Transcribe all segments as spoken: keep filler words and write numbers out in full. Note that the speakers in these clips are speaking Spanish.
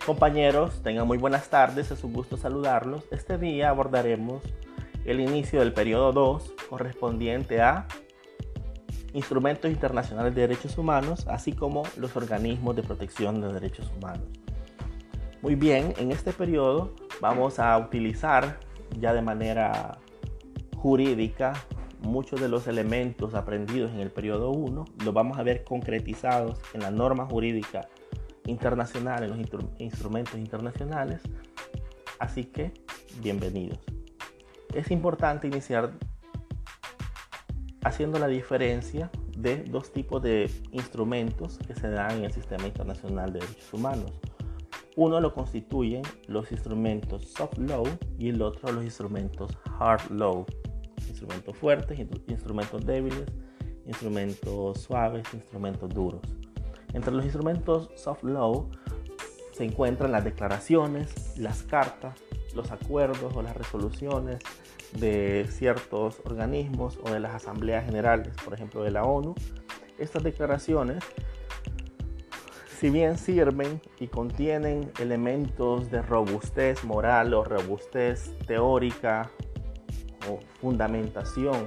Compañeros, tengan muy buenas tardes, es un gusto saludarlos. Este día abordaremos el inicio del periodo dos correspondiente a instrumentos internacionales de derechos humanos, así como los organismos de protección de derechos humanos. Muy bien, en este periodo vamos a utilizar ya de manera jurídica muchos de los elementos aprendidos en el periodo uno, los vamos a ver concretizados en la norma jurídica internacional, en los instru- instrumentos internacionales. Así que, bienvenidos. Es importante iniciar haciendo la diferencia de dos tipos de instrumentos que se dan en el sistema internacional de derechos humanos. Uno lo constituyen los instrumentos soft law y el otro los instrumentos hard law. Instrumentos fuertes, instrumentos débiles, instrumentos suaves, instrumentos duros. Entre los instrumentos soft law se encuentran las declaraciones, las cartas, los acuerdos o las resoluciones de ciertos organismos o de las asambleas generales, por ejemplo de la ONU. Estas declaraciones, si bien sirven y contienen elementos de robustez moral o robustez teórica o fundamentación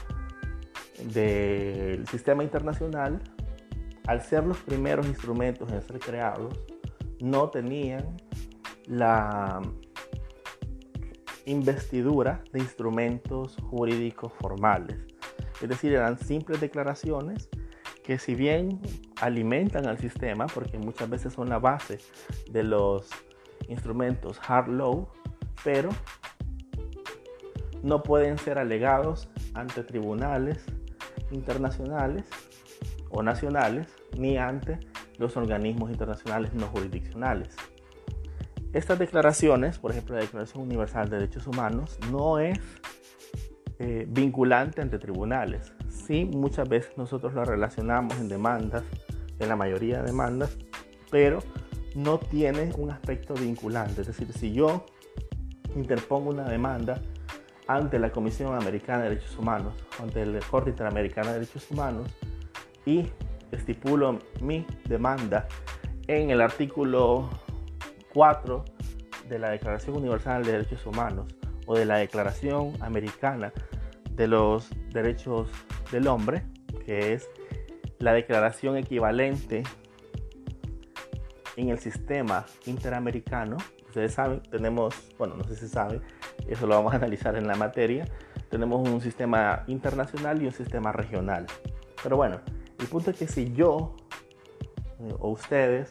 del sistema internacional, al ser los primeros instrumentos en ser creados, no tenían la investidura de instrumentos jurídicos formales. Es decir, eran simples declaraciones que, si bien alimentan al sistema, porque muchas veces son la base de los instrumentos hard law, pero no pueden ser alegados ante tribunales internacionales o nacionales, ni ante los organismos internacionales no jurisdiccionales. Estas declaraciones, por ejemplo la Declaración Universal de Derechos Humanos, no es eh, vinculante ante tribunales. Sí, muchas veces nosotros lo relacionamos en demandas, en la mayoría de demandas, pero no tiene un aspecto vinculante. Es decir, si yo interpongo una demanda ante la Comisión Americana de Derechos Humanos, ante la Corte Interamericana de Derechos Humanos, y estipulo mi demanda en el artículo cuatro de la Declaración Universal de Derechos Humanos o de la Declaración Americana de los Derechos del Hombre, que es la declaración equivalente en el sistema interamericano. Ustedes saben, tenemos, bueno, no sé si saben, eso lo vamos a analizar en la materia, tenemos un sistema internacional y un sistema regional. Pero bueno, el punto es que si yo eh, o ustedes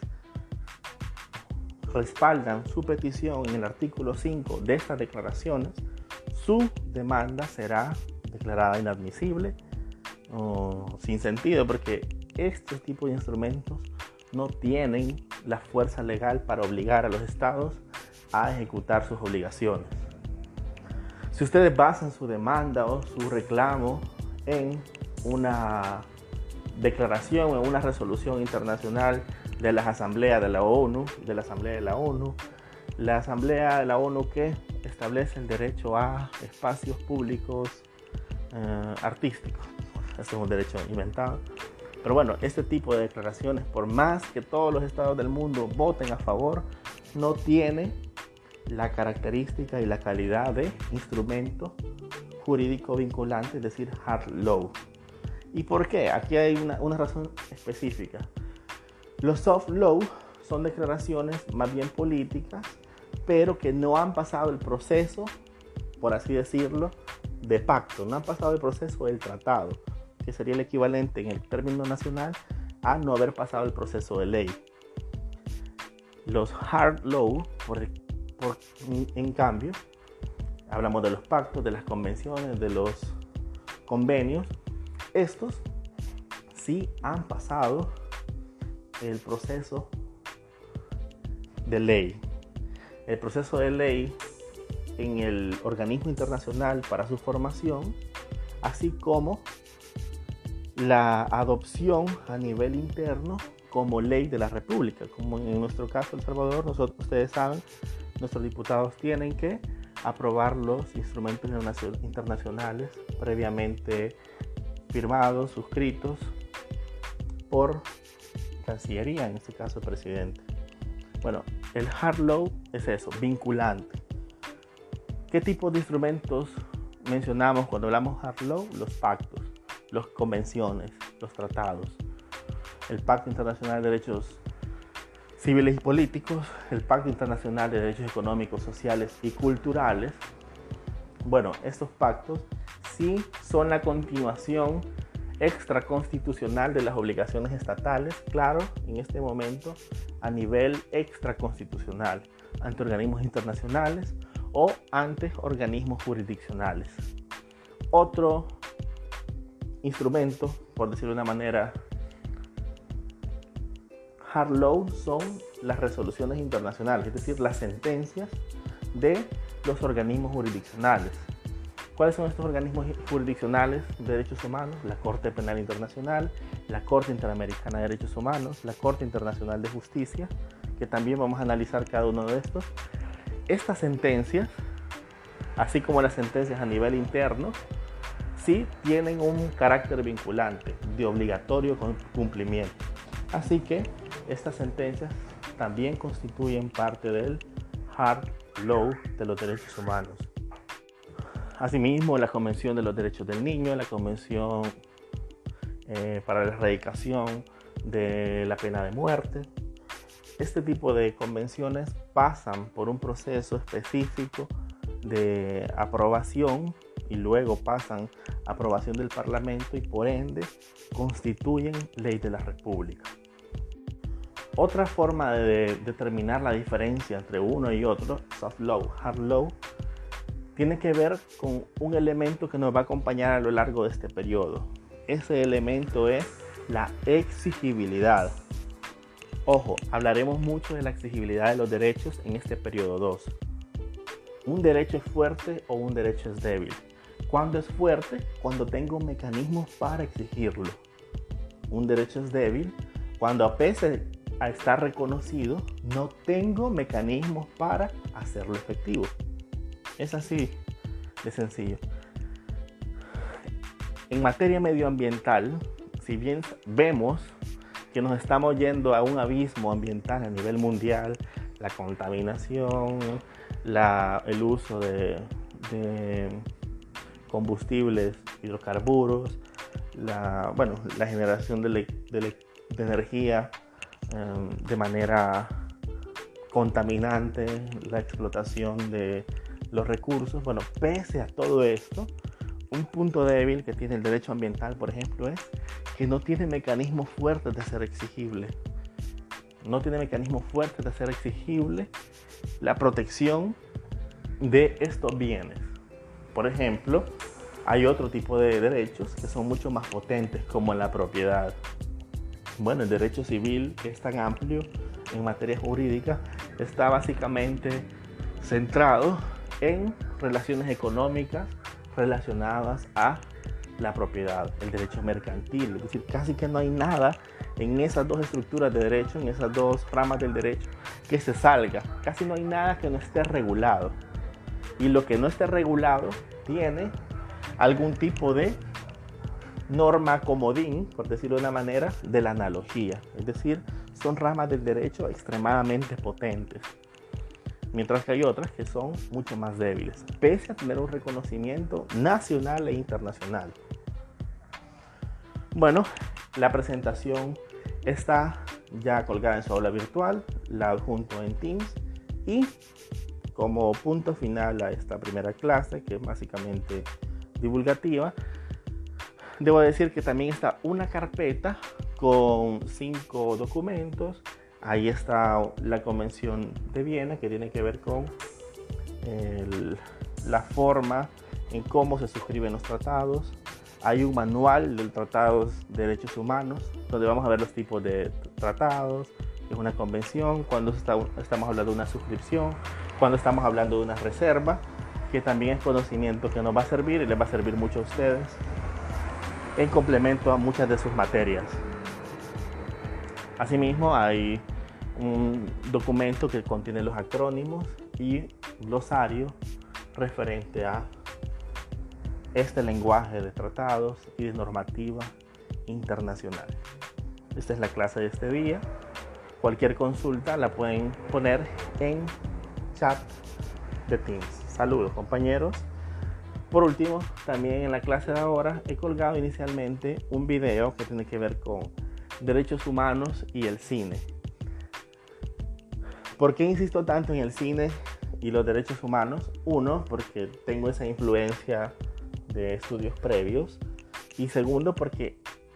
respaldan su petición en el artículo cinco de estas declaraciones, su demanda será declarada inadmisible o sin sentido, porque este tipo de instrumentos no tienen la fuerza legal para obligar a los estados a ejecutar sus obligaciones. Si ustedes basan su demanda o su reclamo en una declaración o en una resolución internacional de las asambleas de la ONU, de la Asamblea de la ONU, la Asamblea de la ONU que establece el derecho a espacios públicos eh, artísticos. Este es un derecho inventado. Pero bueno, este tipo de declaraciones, por más que todos los estados del mundo voten a favor, no tiene la característica y la calidad de instrumento jurídico vinculante, es decir, hard law. ¿Y por qué? Aquí hay una, una razón específica. Los soft law son declaraciones más bien políticas, pero que no han pasado el proceso, por así decirlo, de pacto. No han pasado el proceso del tratado, que sería el equivalente en el término nacional a no haber pasado el proceso de ley. Los hard law, por, por, en cambio, hablamos de los pactos, de las convenciones, de los convenios. Estos sí han pasado el proceso de ley. El proceso de ley en el organismo internacional para su formación, así como la adopción a nivel interno como ley de la República. Como en nuestro caso, El Salvador, nosotros, ustedes saben, nuestros diputados tienen que aprobar los instrumentos internacionales previamente firmados, suscritos por Cancillería, en este caso el presidente. Bueno, el hard law es eso, vinculante. ¿Qué tipo de instrumentos mencionamos cuando hablamos hard law? Los pactos, las convenciones, los tratados. El Pacto Internacional de Derechos Civiles y Políticos, el Pacto Internacional de Derechos Económicos, Sociales y Culturales. Bueno, estos pactos sí son la continuación extraconstitucional de las obligaciones estatales, claro, en este momento a nivel extraconstitucional, ante organismos internacionales o ante organismos jurisdiccionales. Otro instrumento, por decirlo de una manera, hard law son las resoluciones internacionales, es decir, las sentencias de los organismos jurisdiccionales. ¿Cuáles son estos organismos jurisdiccionales de derechos humanos? La Corte Penal Internacional, la Corte Interamericana de Derechos Humanos, la Corte Internacional de Justicia, que también vamos a analizar cada uno de estos. Estas sentencias, así como las sentencias a nivel interno, sí tienen un carácter vinculante, de obligatorio cumplimiento. Así que estas sentencias también constituyen parte del hard law de los derechos humanos. Asimismo, la Convención de los Derechos del Niño, la Convención eh, para la Erradicación de la Pena de Muerte. Este tipo de convenciones pasan por un proceso específico de aprobación y luego pasan a aprobación del Parlamento y por ende constituyen ley de la República. Otra forma de determinar la diferencia entre uno y otro, soft law, hard law, tiene que ver con un elemento que nos va a acompañar a lo largo de este periodo. Ese elemento es la exigibilidad. Ojo, hablaremos mucho de la exigibilidad de los derechos en este periodo dos. ¿Un derecho es fuerte o un derecho es débil? ¿Cuándo es fuerte? Cuando tengo mecanismos para exigirlo. Un derecho es débil cuando, a pesar a estar reconocido, no tengo mecanismos para hacerlo efectivo. Es así de sencillo. En materia medioambiental, si bien vemos que nos estamos yendo a un abismo ambiental a nivel mundial, la contaminación, la, el uso de, de combustibles, hidrocarburos, la, bueno, la generación de, le, de, le, de energía eh, de manera contaminante, la explotación de los recursos. Bueno, pese a todo esto, un punto débil que tiene el derecho ambiental, por ejemplo, es que no tiene mecanismos fuertes de ser exigible. No tiene mecanismos fuertes de ser exigible la protección de estos bienes. Por ejemplo, hay otro tipo de derechos que son mucho más potentes, como la propiedad. Bueno, el derecho civil, que es tan amplio en materia jurídica, está básicamente centrado en relaciones económicas relacionadas a la propiedad, el derecho mercantil. Es decir, casi que no hay nada en esas dos estructuras de derecho, en esas dos ramas del derecho, que se salga. Casi no hay nada que no esté regulado. Y lo que no esté regulado tiene algún tipo de norma comodín, por decirlo de una manera, de la analogía. Es decir, son ramas del derecho extremadamente potentes, mientras que hay otras que son mucho más débiles, pese a tener un reconocimiento nacional e internacional. Bueno, la presentación está ya colgada en su aula virtual, la adjunto en Teams, y como punto final a esta primera clase, que es básicamente divulgativa, debo decir que también está una carpeta con cinco documentos. Ahí está la Convención de Viena, que tiene que ver con el, la forma en cómo se suscriben los tratados. Hay un manual de tratados de derechos humanos, donde vamos a ver los tipos de tratados, es una convención, cuando está, estamos hablando de una suscripción, cuando estamos hablando de una reserva, que también es conocimiento que nos va a servir y les va a servir mucho a ustedes en complemento a muchas de sus materias. Asimismo, hay un documento que contiene los acrónimos y glosario referente a este lenguaje de tratados y de normativa internacional. Esta es la clase de este día. cualquier consulta la pueden poner en chat de Teams. Saludos, compañeros. Por último, también en la clase de ahora he colgado inicialmente un video que tiene que ver con derechos humanos y el cine. ¿Por qué insisto tanto en el cine y los derechos humanos? Uno, porque tengo esa influencia de estudios previos. Y segundo, porque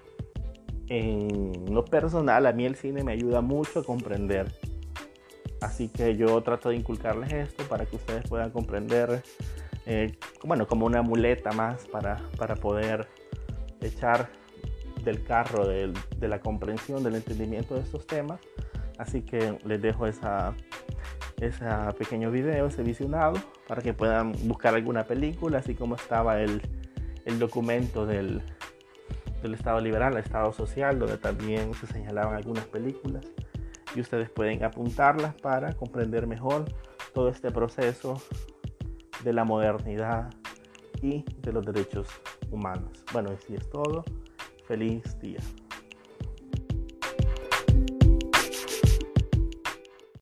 en lo personal a mí el cine me ayuda mucho a comprender. Así que yo trato de inculcarles esto para que ustedes puedan comprender, eh, bueno, como una muleta más para, para poder echar del carro de, de la comprensión, del entendimiento de estos temas. Así que les dejo esa, ese pequeño video, ese visionado, para que puedan buscar alguna película, así como estaba el, el documento del, del Estado liberal, el Estado social, donde también se señalaban algunas películas, y ustedes pueden apuntarlas para comprender mejor todo este proceso de la modernidad y de los derechos humanos. Bueno, así es todo. Feliz día.